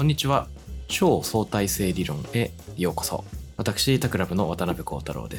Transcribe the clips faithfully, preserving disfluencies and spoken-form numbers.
こんにちは。超相対性理論へようこそ。私タクラブの渡辺幸太郎です。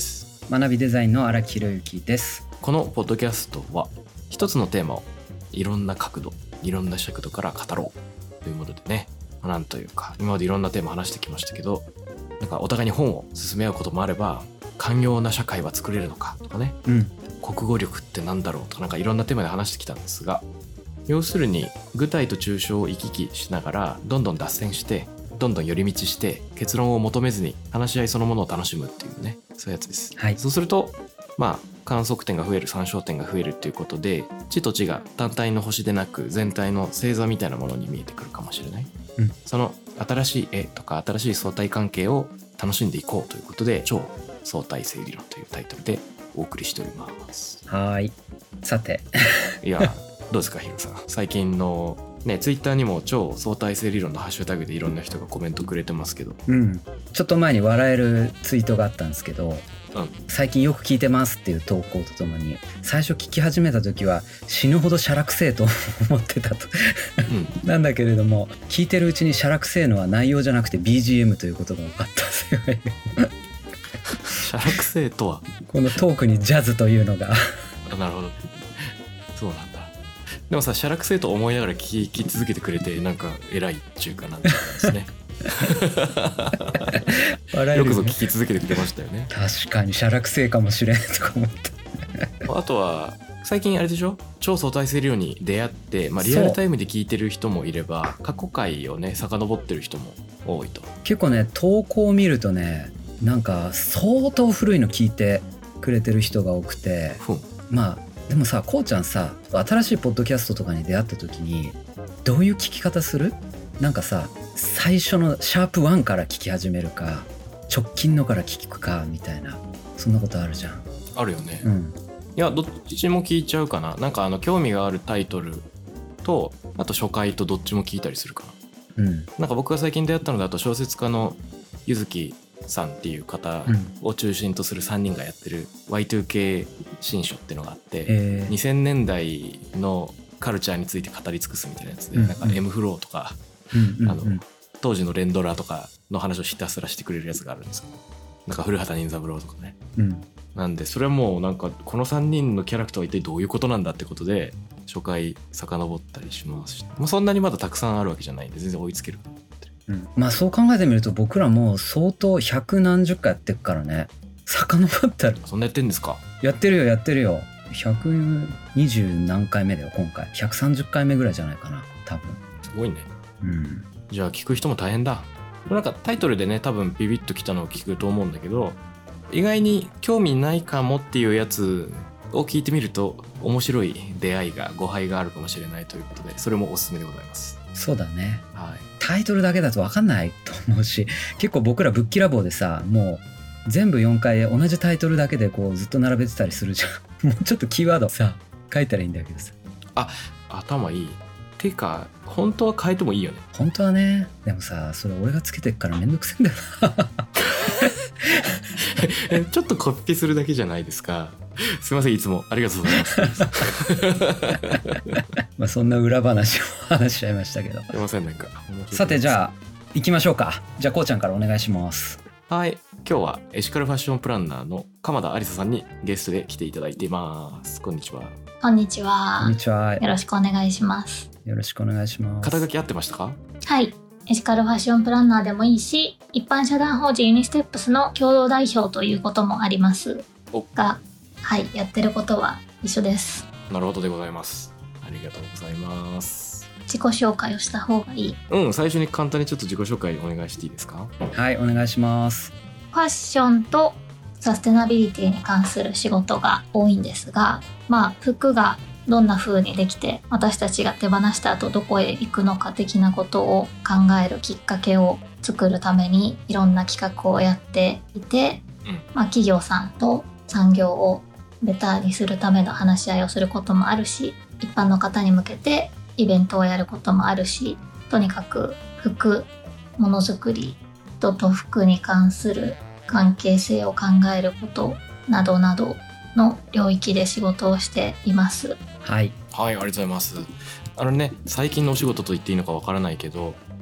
学びデザインの荒木宏之です。 このポッドキャストは一つのテーマをいろんな角度いろんな尺度から語ろうというものでね、なんというか今までいろんなテーマ話してきましたけど、なんかお互いに本を進め合うこともあれば、寛容な社会は作れるのかとかね、うん、国語力ってなんだろうとか、なんかいろんなテーマで話してきたんですが、要するに具体と抽象を行き来しながらどんどん脱線してどんどん寄り道して結論を求めずに話し合いそのものを楽しむっていうね、そういうやつです、はい、そうするとまあ観測点が増える、参照点が増えるっていうことで、地と地が単体の星でなく全体の星座みたいなものに見えてくるかもしれない、うん、その新しい絵とか新しい相対関係を楽しんでいこうということで、超相対性理論というタイトルでお送りしております。 はい、さていやどうですかヒロさん、最近のね、ツイッターにも超相対性理論のハッシュタグでいろんな人がコメントくれてますけど、 うん、ちょっと前に笑えるツイートがあったんですけど、うん、最近よく聞いてますっていう投稿とともに、最初聞き始めた時は死ぬほどしゃらくせえと思ってたと、うん、なんだけれども聞いてるうちにしゃらくせえのは内容じゃなくて ビージーエム ということが分かったすごいしゃらくせえとはこのトークにジャズというのがあ、なるほど、そうなんだ。でもさ、しゃらくせえと思いながら聞き続けてくれて、なんか偉いっていうかなんですね笑えるね、よくぞ聞き続けてくれましたよね。 確かにしゃらくせえかもしれんとか思ったあとは最近あれでしょ、超相対性理論に出会って、まあ、リアルタイムで聞いてる人もいれば過去回をね遡ってる人も多いと。 結構ね投稿を見るとね、なんか相当古いの聞いてくれてる人が多くて、まあでもさ、こうちゃんさ、新しいポッドキャストとかに出会った時にどういう聞き方する？なんかさ、最初のシャープワンから聞き始めるか、直近のから聞くかみたいな、そんなことあるじゃん。 あるよね、 うん、 いやどっちも聞いちゃうかな。なんかあの興味があるタイトルと、あと初回とどっちも聞いたりするかな、うん、なんか僕が最近出会ったのだと、小説家の柚木さんっていう方を中心とするさんにんがやってる ワイツーケー 新書っていうのがあって、えー、にせんねんだいのカルチャーについて語り尽くすみたいなやつで、うんうん、なんか M フローとか、うんうんうん、あの当時の連ドラとかの話をひたすらしてくれるやつがあるんですけど、なんか古畑任三郎とかね、うん、なんでそれはもうなんかこのさんにんのキャラクターは一体どういうことなんだってことで初回遡ったりしますし、もうそんなにまだたくさんあるわけじゃないんで全然追いつける。 うん、まあそう考えてみると僕らも相当百何十回やってるからね、遡ったら。 そんなやってんですか？ やってるよやってるよ。ひゃくにじゅう何回目だよ今回。ひゃくさんじゅっかいめぐらいじゃないかな多分。 すごいね、 うん、 じゃあ聞く人も大変だ。なんかタイトルでね多分ビビッときたのを聞くと思うんだけど、意外に興味ないかもっていうやつを聞いてみると面白い出会いが誤配があるかもしれないということで、それもおすすめでございます。 そうだね、 はい、 タイトルだけだと分かんないと思うし、結構僕らブッキラボでさ、もう全部よんかい同じタイトルだけでこうずっと並べてたりするじゃんもうちょっとキーワードさ書いたらいいんだけどさ。 あ、頭いい。てか本当は変えてもいいよね。 本当はね。でもさ、それ俺がつけてっからめんどくせえんだよなちょっとコピペするだけじゃないですか。すいません、いつもありがとうございますまあそんな裏話を話しちゃいましたけど、 すいません。なんかさてじゃあ行きましょうか。じゃあこうちゃんからお願いします。 はい、今日はエシカルファッションプランナーの鎌田有沙さんにゲストで来ていただいています。こんにちは。 こんにちは。 こんにちは。 よろしくお願いします。 よろしくお願いします。 肩書き合ってましたか？ はい、エシカルファッションプランナーでもいいし、一般社団法人ユニステップスの共同代表ということもありますが、はい、やってることは一緒です。 なるほどでございます。ありがとうございます。 自己紹介をした方がいい？ うん、最初に簡単にちょっと自己紹介お願いしていいですか？ はい、お願いします。 ファッションとサステナビリティに関する仕事が多いんですが、まあ服がどんな風にできて私たちが手放した後どこへ行くのか的なことを考えるきっかけを作るためにいろんな企画をやっていて、うん、まあ、企業さんと産業をベターにするための話し合いをすることもあるし、一般の方に向けてイベントをやることもあるし、とにかく服、ものづくり、人と服に関する関係性を考えることなどなどの領域で仕事をしています。 はい、 はい、ありがとうございます。あのね、最近のお仕事と言っていいのかわからないけど、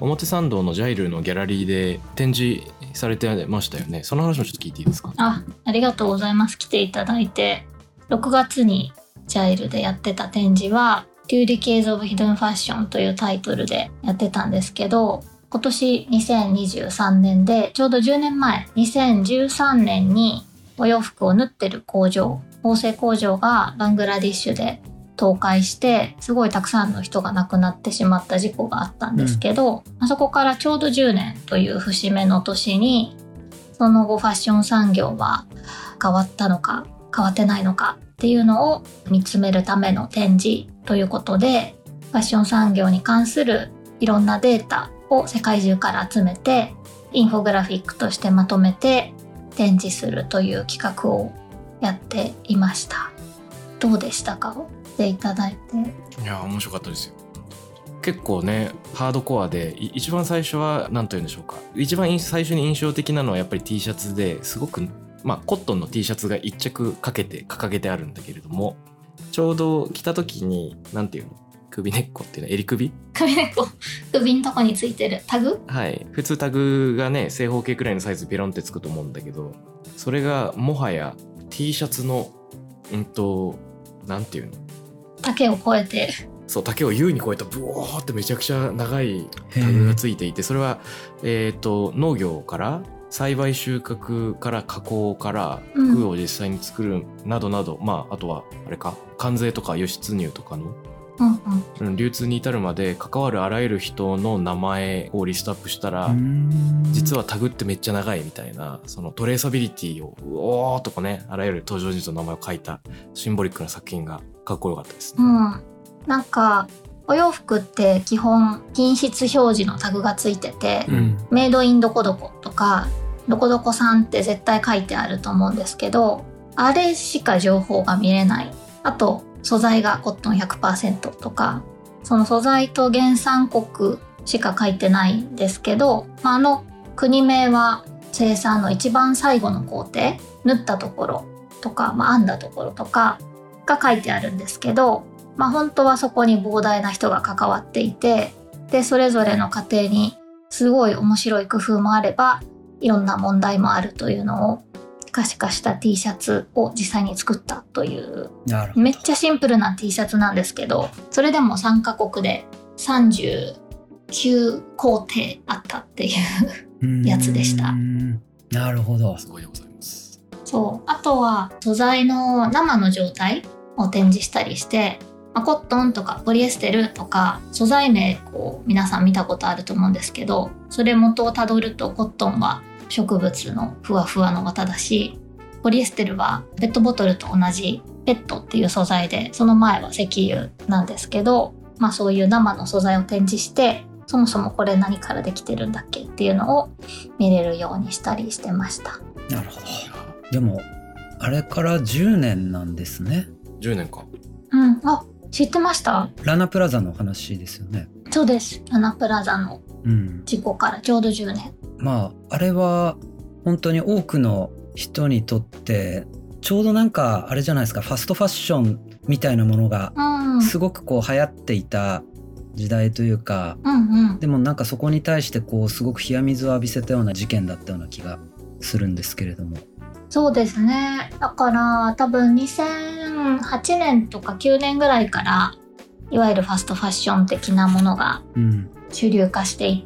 表参道のジャイルのギャラリーで展示されてましたよね。その話もちょっと聞いていいですか？ あ、ありがとうございます。来ていただいて。ろくがつにジャイルでやってた展示は Two Decades of Hidden Fashion というタイトルでやってたんですけど、今年にせんにじゅうさんねんでちょうどじゅうねんまえ、にせんじゅうさんねんにお洋服を縫ってる工場、縫製工場がバングラディッシュで倒壊して、すごいたくさんの人が亡くなってしまった事故があったんですけど、うん、あそこからちょうどじゅうねんという節目の年に、その後ファッション産業は変わったのか変わってないのかっていうのを見つめるための展示ということで、ファッション産業に関するいろんなデータを世界中から集めて、インフォグラフィックとしてまとめて展示するという企画をやっていました。どうでしたか？していただいて。 いや面白かったですよ。結構ねハードコアで、一番最初は何と言うんでしょうか、一番最初に印象的なのはやっぱり T シャツですごく、まあ、コットンの T シャツが一着かけて掲げてあるんだけれども、ちょうど着た時に何て言うの、首根っこっていうの、襟首首根っこ、首のとこについてるタグ、 はい、普通タグがね正方形くらいのサイズペロンってつくと思うんだけど、それがもはや T シャツのうんとなんていうの、 丈を超えて、 そう丈を優に超えたブオーってめちゃくちゃ長いタグがついていて、それは、えーと、農業から栽培収穫から加工から服を実際に作るなどなど、うん、まああとはあれか関税とか輸出入とかの、うんうん、流通に至るまで関わるあらゆる人の名前をリストアップしたら、実はタグってめっちゃ長いみたいな、そのトレーサビリティをうおーとかね、あらゆる登場人物の名前を書いたシンボリックな作品がかっこよかったですね。 うん、なんかお洋服って基本品質表示のタグがついてて、うん、メイドインどこどことかどこどこさんって絶対書いてあると思うんですけど、あれしか情報が見れない。あと素材がコットン ひゃくパーセント とか、その素材と原産国しか書いてないんですけど、まあ、あの国名は生産の一番最後の工程、縫ったところとか、まあ、編んだところとかが書いてあるんですけど、まあ、本当はそこに膨大な人が関わっていて、でそれぞれの過程にすごい面白い工夫もあればいろんな問題もあるというのを可視化した T シャツを実際に作ったという、めっちゃシンプルな T シャツなんですけど、それでもさんカ国でさんじゅうきゅう工程あったっていうやつでした。 なるほど、 すごいでございます。 そう、あとは素材の生の状態を展示したりして、まあ、コットンとかポリエステルとか素材名こう皆さん見たことあると思うんですけど、それ元をたどるとコットンは植物のふわふわの綿だし、ポリエステルはペットボトルと同じペットっていう素材で、その前は石油なんですけど、まあ、そういう生の素材を展示して、そもそもこれ何からできてるんだっけっていうのを見れるようにしたりしてました。 なるほど。でもあれからじゅうねんなんですね。 じゅうねんか。 うん。あ、知ってました？ ラナプラザの話ですよね。 そうです。ラナプラザの事故からちょうどじゅうねん、 うん、まああれは本当に多くの人にとってちょうどなんかあれじゃないですか、ファストファッションみたいなものがすごくこう流行っていた時代というか、うんうん、でもなんかそこに対してこうすごく冷や水を浴びせたような事件だったような気がするんですけれども。 そうですね。だから多分にせんはちねんとかきゅうねんぐらいからいわゆるファストファッション的なものが主流化していって、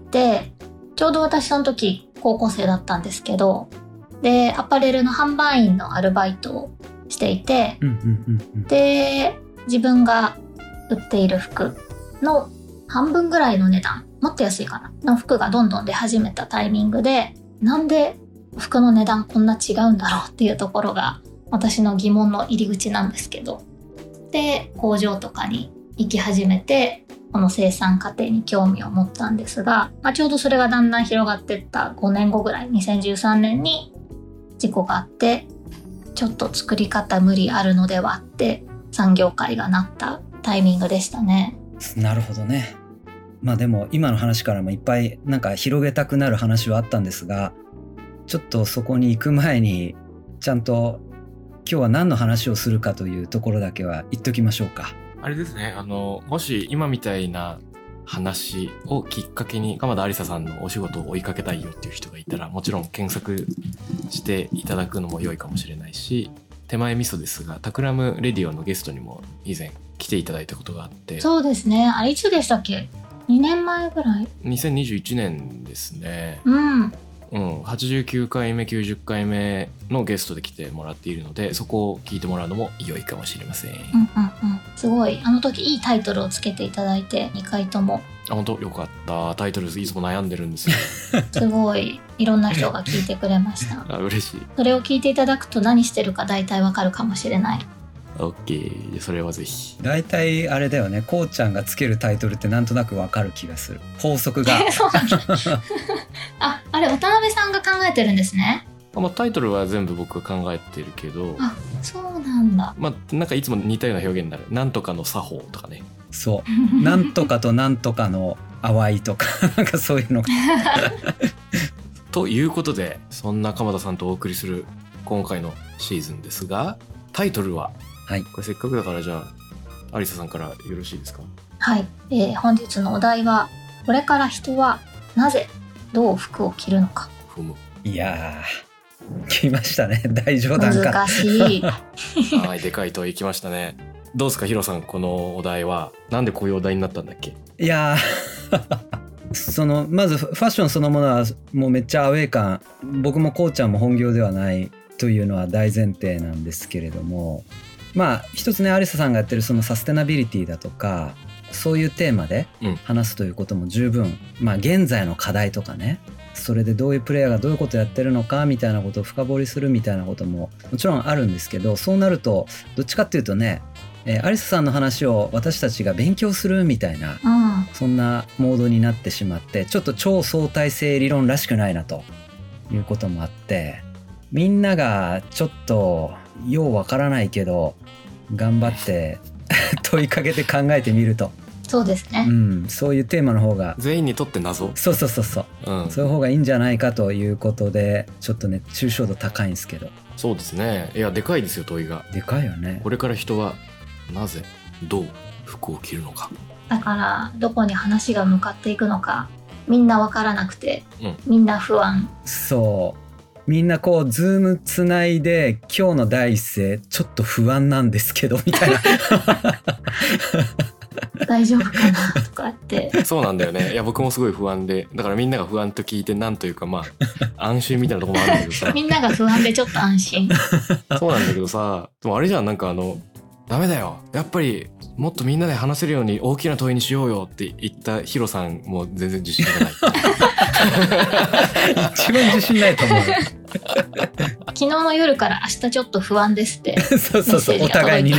うん、ちょうど私その時高校生だったんですけど、でアパレルの販売員のアルバイトをしていて、うんうんうんうん、で自分が売っている服の半分ぐらいの値段、もっと安いかなの服がどんどん出始めたタイミングで、なんで服の値段こんな違うんだろうっていうところが私の疑問の入り口なんですけど、で工場とかに行き始めてこの生産過程に興味を持ったんですが、まあ、ちょうどそれがだんだん広がっていったごねんごぐらい、にせんじゅうさんねんに事故があって、ちょっと作り方無理あるのではって産業界がなったタイミングでしたね。 なるほどね。まあでも今の話からもいっぱいなんか広げたくなる話はあったんですが、ちょっとそこに行く前にちゃんと今日は何の話をするかというところだけは言っときましょうか。 あれですね、あのもし今みたいな話をきっかけに鎌田有沙さんのお仕事を追いかけたいよっていう人がいたら、もちろん検索していただくのも良いかもしれないし、手前味噌ですがタクラムレディオのゲストにも以前来ていただいたことがあって。 そうですね、あれいつでしたっけ？にねんまえぐらい？ にせんにじゅういちねんですね。 うんうん、はちじゅうきゅうかいめきゅうじゅっかいめのゲストで来てもらっているので、そこを聞いてもらうのも良いかもしれません。うんうんうん、すごいあの時いいタイトルをつけていただいてにかいとも。 あ、本当よかった。タイトルいつも悩んでるんですよ。 すごいいろんな人が聞いてくれました。 あ、嬉しい。 それを聞いていただくと何してるか大体わかるかもしれない。 オッケー、それはぜひ。 大体あれだよね、こうちゃんがつけるタイトルってなんとなくわかる気がする、法則が。 そうなんだあ、あれ渡辺さんが考えてるんですね。 あ、まあ、タイトルは全部僕が考えてるけど、 あ、そうなんだ。 まあ、なんかいつも似たような表現になる。なんとかの作法とかね。 そうなんとかとなんとかの淡いとかなんかそういうのということで、そんな鎌田さんとお送りする今回のシーズンですが、タイトルは、はい、これせっかくだからじゃあ有沙さんからよろしいですか？ はい、えー、本日のお題は、これから人はなぜどう服を着るのか。 ふむ。 いやー来ましたね、大冗談か。 難しいはい、でかいといきましたね。どうですかヒロさん、このお題はなんでこういうお題になったんだっけ？ いやそのまずファッションそのものはもうめっちゃアウェー感、僕もこうちゃんも本業ではないというのは大前提なんですけれども、まあ一つね、有沙さんがやってるそのサステナビリティだとか、そういうテーマで話すということも十分、うん、まあ現在の課題とかね、それでどういうプレイヤーがどういうことやってるのかみたいなことを深掘りするみたいなことももちろんあるんですけど、そうなるとどっちかっていうとね、えー、有沙さんの話を私たちが勉強するみたいな、うん、そんなモードになってしまって、ちょっと超相対性理論らしくないなということもあって、みんながちょっとようわからないけど頑張って問いかけて考えてみると、 そうですね、 うん、そういうテーマの方が全員にとって謎、 そうそうそうそう、うん、そういう方がいいんじゃないかということで、ちょっとね抽象度高いんですけど。 そうですね、いやでかいですよ、問いがでかいよね。 これから人はなぜどう服を着るのか。 だからどこに話が向かっていくのかみんな分からなくて、うん、みんな不安。 そうみんなこうズームつないで、今日の第一声ちょっと不安なんですけどみたいな大丈夫かなとかってそうなんだよね。いや僕もすごい不安で、だからみんなが不安と聞いて、なんというかまあ安心みたいなところもあるんだけどさみんなが不安でちょっと安心そうなんだけどさ、でもあれじゃん、なんかあのダメだよ、やっぱりもっとみんなで話せるように大きな問いにしようよって言ったヒロさんも全然自信がない一番自信ないと思う昨日の夜から明日ちょっと不安ですってそうそうそう、お互いにね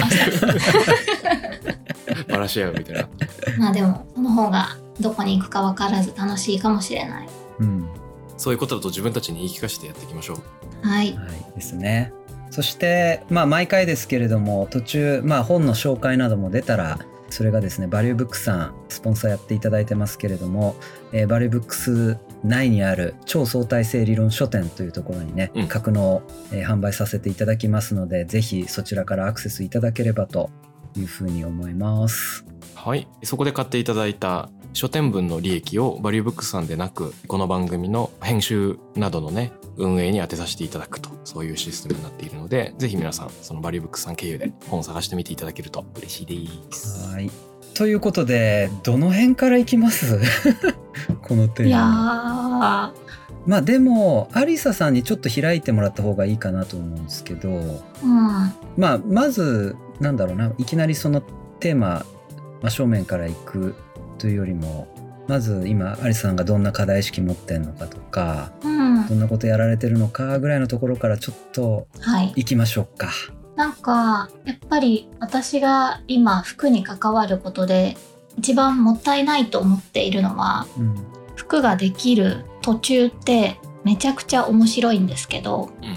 バラし合うみたいな。 まあでもその方がどこに行くか分からず楽しいかもしれない、 うん、 そういうことだと自分たちに言い聞かせてやっていきましょう。 はい、 はい、ですね。そしてまあ毎回ですけれども、途中まあ本の紹介なども出たら、それがですねバリューブックさんスポンサーやっていただいてますけれども、えー、バリューブックス内にある超相対性理論書店というところにね、うん、格納、えー、販売させていただきますので、ぜひそちらからアクセスいただければというふうに思います。 はい、そこで買っていただいた書店分の利益をバリューブックスさんでなく、この番組の編集などのね運営に当てさせていただくと、そういうシステムになっているので、ぜひ皆さんそのバリューブックスさん経由で本を探してみていただけると嬉しいです。 はい、ということでどの辺からいきますこのテーマ。 いやまあでもアリサさんにちょっと開いてもらった方がいいかなと思うんですけど、うん、まあまずなんだろうな、いきなりそのテーマ真正面からいくというよりも、まず今アリサさんがどんな課題意識持ってんのかとか、うん、どんなことやられてるのかぐらいのところからちょっといきましょうか。はい、 なんかやっぱり私が今服に関わることで一番もったいないと思っているのは、うん、服ができる途中ってめちゃくちゃ面白いんですけど、うん、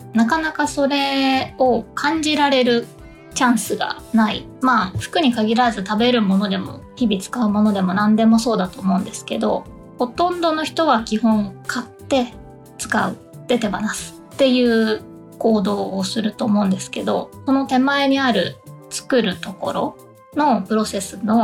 なかなかそれを感じられるチャンスがない。まあ服に限らず食べるものでも日々使うものでも何でもそうだと思うんですけど、ほとんどの人は基本買って使うで手放すっていう行動をすると思うんですけど、その手前にある作るところのプロセスの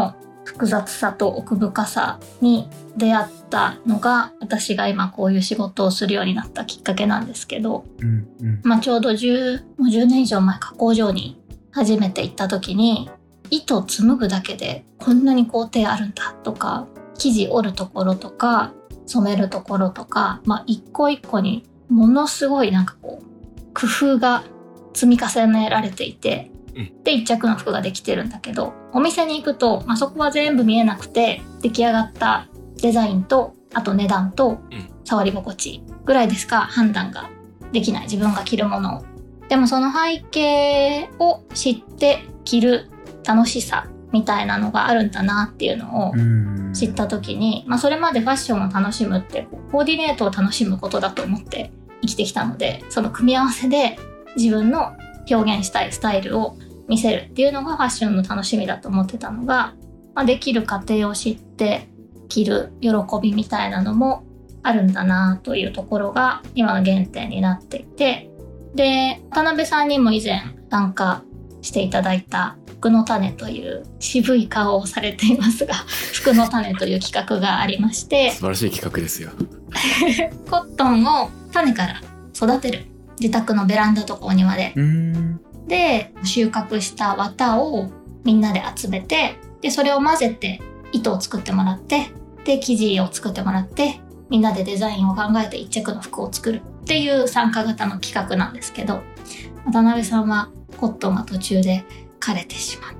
複雑さと奥深さに出会ったのが私が今こういう仕事をするようになったきっかけなんですけど、 うんうん、 まあ、ちょうどじゅう、もうじゅうねん以上前か工場に初めて行った時に糸を紡ぐだけでこんなに工程あるんだとか、生地折るところとか染めるところとか、まあ、一個一個にものすごいなんかこう工夫が積み重ねられていて、で一着の服ができてるんだけど、お店に行くと、まあ、そこは全部見えなくて出来上がったデザインとあと値段と触り心地ぐらいでしか判断ができない、自分が着るものを。でもその背景を知って着る楽しさみたいなのがあるんだなっていうのを知った時に、まあ、それまでファッションを楽しむってコーディネートを楽しむことだと思って生きてきたので、その組み合わせで自分の表現したいスタイルを見せるっていうのがファッションの楽しみだと思ってたのが、まあ、できる過程を知って着る喜びみたいなのもあるんだなというところが今の原点になっていて、で渡辺さんにも以前参加していただいた服の種という渋い顔をされていますが服の種という企画がありまして、 素晴らしい企画ですよコットンを種から育てる、自宅のベランダとかお庭で、で収穫した綿をみんなで集めて、でそれを混ぜて糸を作ってもらって、で生地を作ってもらって、みんなでデザインを考えて一着の服を作るっていう参加型の企画なんですけど、渡辺さんはコットンが途中で枯れてしまう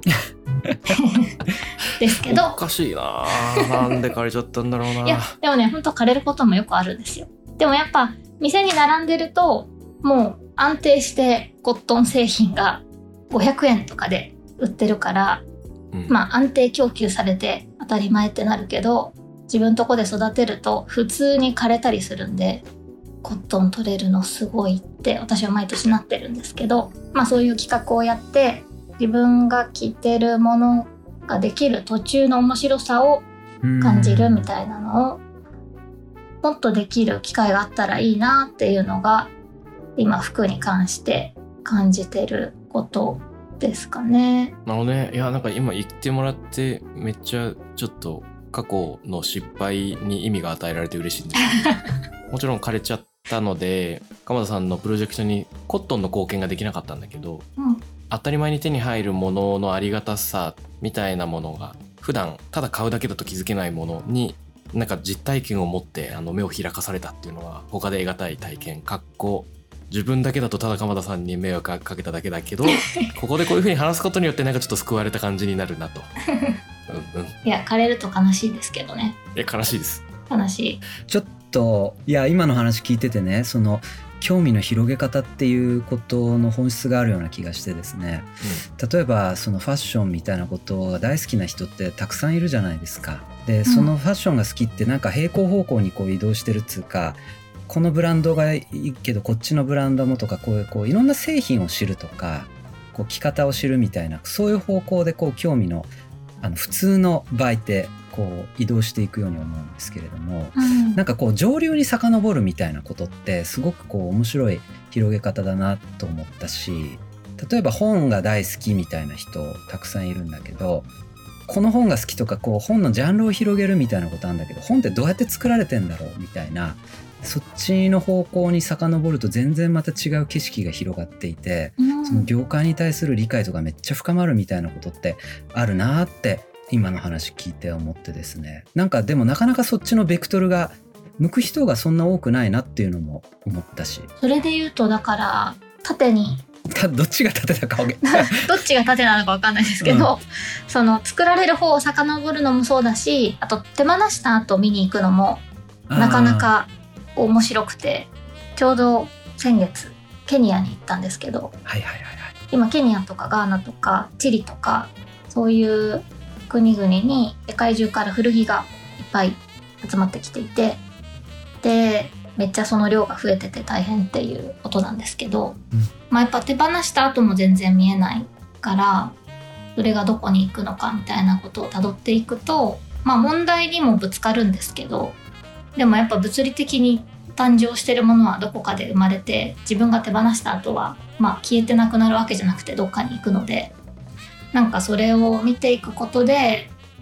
ですけど、 おかしいななんで枯れちゃったんだろうな。 いやでもね、本当枯れることもよくあるんですよ。でもやっぱ店に並んでるともう安定してコットン製品がごひゃくえんとかで売ってるから、うん、まあ安定供給されて当たり前ってなるけど、自分とこで育てると普通に枯れたりするんで、コットン取れるのすごいって私は毎年なってるんですけど、まあそういう企画をやって自分が着てるものができる途中の面白さを感じるみたいなのをもっとできる機会があったらいいなっていうのが今服に関して感じてることですかね。 なるほどね。いやなんか今言ってもらってめっちゃちょっと過去の失敗に意味が与えられて嬉しいんですもちろん枯れちゃったので鎌田さんのプロジェクトにコットンの貢献ができなかったんだけど、うん、当たり前に手に入るもののありがたさみたいなものが普段ただ買うだけだと気づけないものになんか実体験を持ってあの目を開かされたっていうのは他で得難い体験。かっこ自分だけだとただ鎌田さんに迷惑かけただけだけどここでこういう風に話すことによってなんかちょっと救われた感じになるなとうん、うん、 いや枯れると悲しいですけどね。 いや悲しいです。 悲しい。 ちょっといや今の話聞いててね、その興味の広げ方っていうことの本質があるような気がしてですね、うん、例えばそのファッションみたいなことが大好きな人ってたくさんいるじゃないですか。でそのファッションが好きってなんか平行方向にこう移動してるっつうか、このブランドがいいけどこっちのブランドもとか、こういうこういろんな製品を知るとかこう着方を知るみたいな、そういう方向でこう興味のあの普通の場合ってこう移動していくように思うんですけれども、うん、なんかこう上流に遡るみたいなことってすごくこう面白い広げ方だなと思ったし、例えば本が大好きみたいな人たくさんいるんだけど、この本が好きとかこう本のジャンルを広げるみたいなことあるんだけど、本ってどうやって作られてんだろうみたいな、そっちの方向に遡ると全然また違う景色が広がっていて、うん、その業界に対する理解とかめっちゃ深まるみたいなことってあるなって今の話聞いて思ってですね、なんかでもなかなかそっちのベクトルが向く人がそんな多くないなっていうのも思ったし、 それで言うとだから縦にどっちが縦だかどっちが縦なのか分かんないですけど、うん、その作られる方を遡るのもそうだし、あと手放した後見に行くのもなかなか面白くて、ちょうど先月ケニアに行ったんですけど、はいはいはいはい、今ケニアとかガーナとかチリとかそういう国々に世界中から古着がいっぱい集まってきていて、でめっちゃその量が増えてて大変っていうことなんですけど、うん、まあやっぱ手放した後も全然見えないから、それがどこに行くのかみたいなことをたどっていくと、まあ問題にもぶつかるんですけど、でもやっぱ物理的に誕生してるものはどこかで生まれて、自分が手放した後はまあ消えてなくなるわけじゃなくてどっかに行くので、なんかそれを見ていくことで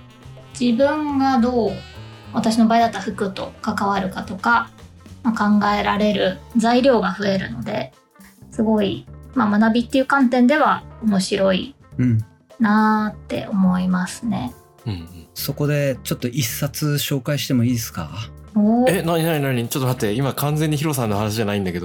自分がどう私の場合だったら服と関わるかとか、まあ、考えられる材料が増えるのですごい、まあ、学びっていう観点では面白いなって思いますね、 うんうん、そこでちょっと一冊紹介してもいいですか？ え、なになになに、ちょっと待って、今完全にヒロさんの話じゃないんだけど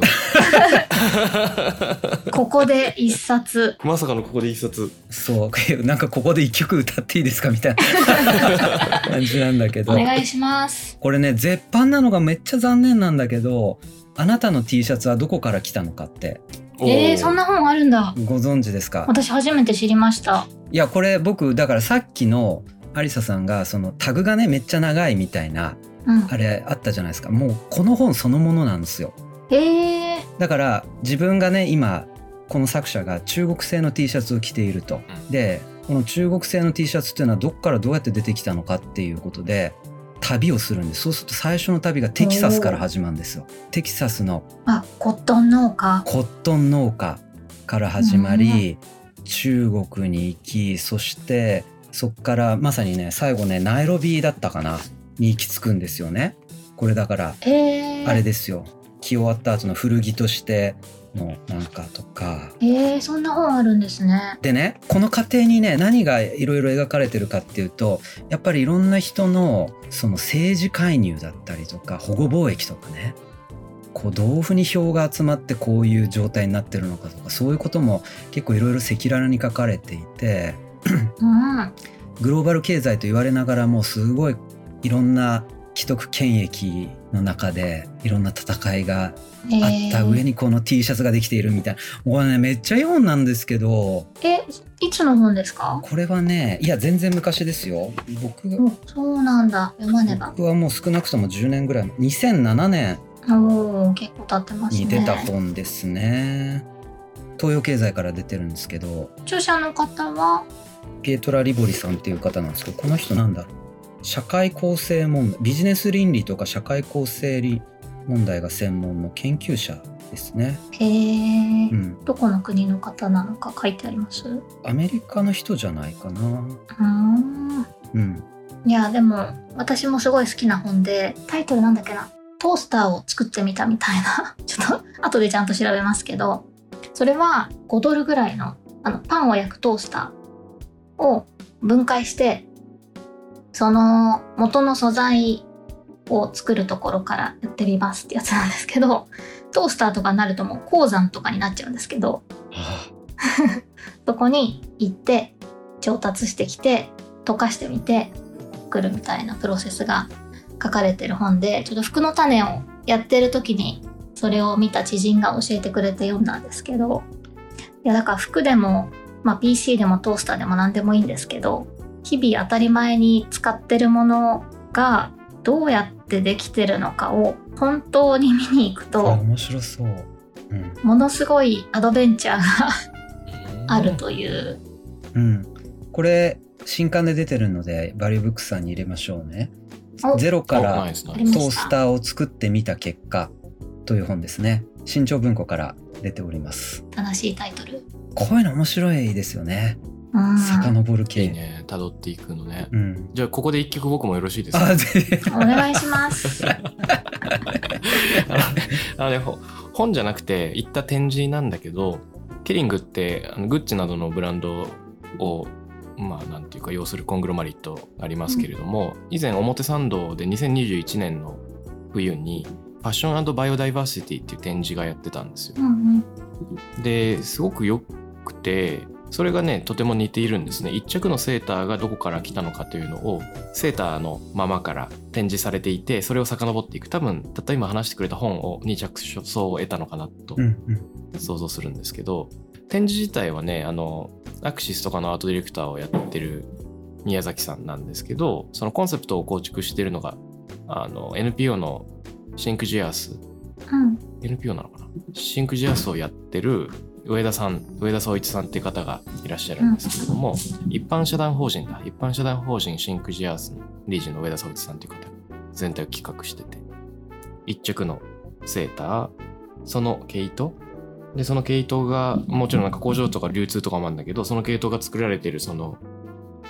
ここで一冊まさかのここで一冊。 そうなんかここで一曲歌っていいですかみたいな感じなんだけど、 お願いします。 これね絶版なのがめっちゃ残念なんだけど、あなたの T シャツはどこから来たのかって、 えー、そんな本あるんだ。 ご存知ですか？ 私初めて知りました。 いやこれ僕だからさっきのアリサさんがそのタグがねめっちゃ長いみたいな、うん、あれあったじゃないですか。もうこの本そのものなんですよ。 へー。 だから自分がね今この作者が中国製の T シャツを着ていると、うん、でこの中国製の T シャツっていうのはどっからどうやって出てきたのかっていうことで旅をするんです。そうすると最初の旅がテキサスから始まるんですよ。テキサスのあコットン農家コットン農家から始まり、うん、中国に行き、そしてそっからまさにね最後ねナイロビだったかなに行き着くんですよね。これだからあれですよ、着終わった後の古着としてのなんかとか。 えー、そんな本あるんですね。 でねこの過程にね何がいろいろ描かれてるかっていうと、やっぱりいろんな人のその政治介入だったりとか保護貿易とかね、こうどういうふうに票が集まってこういう状態になってるのかとか、そういうことも結構いろいろ赤裸々に書かれていて、うん、グローバル経済と言われながらもすごいいろんな既得権益の中でいろんな戦いがあった上にこの T シャツができているみたいな、もうねめっちゃいい本なんですけど。 え、いつの本ですか？ これはねいや全然昔ですよ。僕そうなんだ、読まねば。 僕はもう少なくともじゅうねんぐらい、にせんななねんお結構経ってますねに出た本ですね。東洋経済から出てるんですけど、 著者の方はピエトラ・リボリさんっていう方なんですけど、この人なんだろう、社会構成問題、ビジネス倫理とか社会構成問題が専門の研究者ですね。 へー、うん、どこの国の方なのか書いてあります？ アメリカの人じゃないかな。うーん、うん、いやでも私もすごい好きな本で、タイトルなんだっけな、トースターを作ってみたみたいなちょっと後でちゃんと調べますけど、それはごドルぐらいの、あのパンを焼くトースターを分解してその元の素材を作るところからやってみますってやつなんですけど、トースターとかになるともう鉱山とかになっちゃうんですけどそこに行って調達してきて溶かしてみて作るみたいなプロセスが書かれてる本で、ちょっと服の種をやってる時にそれを見た知人が教えてくれて読んだんですけど、いやだから服でも、まあ、ピーシー でもトースターでも何でもいいんですけど、日々当たり前に使ってるものがどうやってできてるのかを本当に見に行くと面白そう、 うん、ものすごいアドベンチャーがあるという、 うん、これ新刊で出てるのでバリューブックスさんに入れましょうね。ゼロからトースターを作ってみた結果という本ですね。新潮文庫から出ております。 正しいタイトル。 こういうの面白いですよね。遡る系。 いいね、辿っていくのね、うん、じゃあここで一曲僕もよろしいですか？ お願いしますあの、ね、本じゃなくて行った展示なんだけど、ケリングってあのグッチなどのブランドをまあなんていうか要するコングロマリットありますけれども、うん、以前表参道でにせんにじゅういちねんの冬にファッション&バイオダイバーシティっていう展示がやってたんですよ、うんうん、ですごくよくて、それがねとても似ているんですね。一着のセーターがどこから来たのかというのをセーターのままから展示されていて、それを遡っていく、多分たった今話してくれた本をに着想を得たのかなと想像するんですけど、うんうん、展示自体はねあのアクシスとかのアートディレクターをやってる宮崎さんなんですけど、そのコンセプトを構築しているのがあの エヌピーオー のシンクジアス、うん、エヌピーオー なのかな、シンクジアスをやってる上田さん、上田総一さんっていう方がいらっしゃるんですけれども、うん、一般社団法人だ、一般社団法人シンクジアースの理事の上田総一さんっていう方が全体を企画してて、一着のセーター、その毛糸で、その毛糸がもちろんなんか工場とか流通とかもあるんだけど、その毛糸が作られているそのあ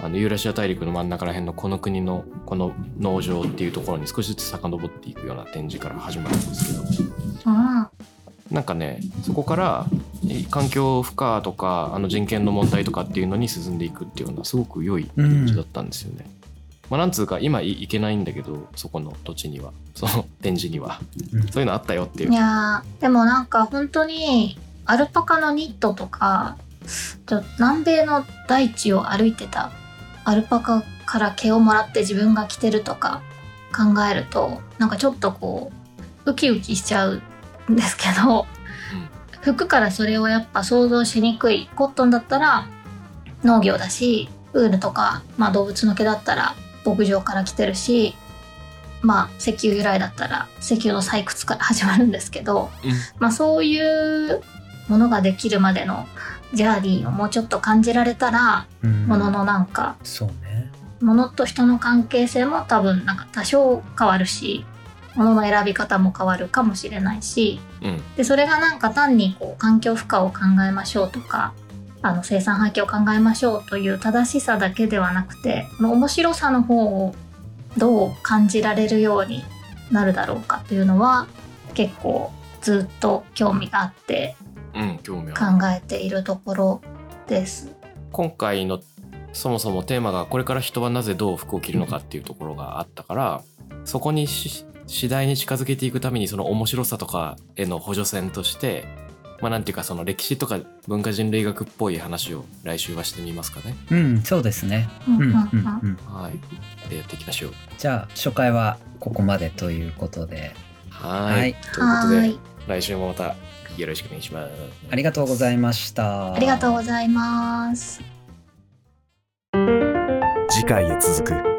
あのユーラシア大陸の真ん中ら辺のこの国のこの農場っていうところに少しずつ遡っていくような展示から始まるんですけど、 うん、 なんかねそこから環境負荷とかあの人権の問題とかっていうのに進んでいくっていうようなすごく良い展示だったんですよね、うんまあ、なんつうか今行けないんだけどそこの土地にはその展示には、うん、そういうのあったよっていう。 いやでもなんか本当にアルパカのニットとか南米の大地を歩いてたアルパカから毛をもらって自分が着てるとか考えるとなんかちょっとこうウキウキしちゃうんですけど、うん、服からそれをやっぱ想像しにくい。コットンだったら農業だし、ウールとか、まあ、動物の毛だったら牧場から来てるし、まあ石油由来だったら石油の採掘から始まるんですけど、うんまあ、そういうものができるまでのジャーニーをもうちょっと感じられたら、うん、もののなんかそうね、 ものと人の関係性も多分なんか多少変わるし、ものの選び方も変わるかもしれないし、うん、でそれがなんか単にこう環境負荷を考えましょうとかあの生産廃棄を考えましょうという正しさだけではなくて、この面白さの方をどう感じられるようになるだろうかというのは結構ずっと興味があって考えているところです、うん、 今回のそもそもテーマがこれから人はなぜどう服を着るのかっていうところがあったから、そこに次第に近づけていくためにその面白さとかへの補助線としてまあなんていうかその歴史とか文化人類学っぽい話を来週はしてみますかね。 うんそうですね。うんうんうん。 はいでやっていきましょう。 じゃあ初回はここまでということで。 はいはいということで来週もまたよろしくお願いします。 ありがとうございました。 ありがとうございます。 次回へ続く。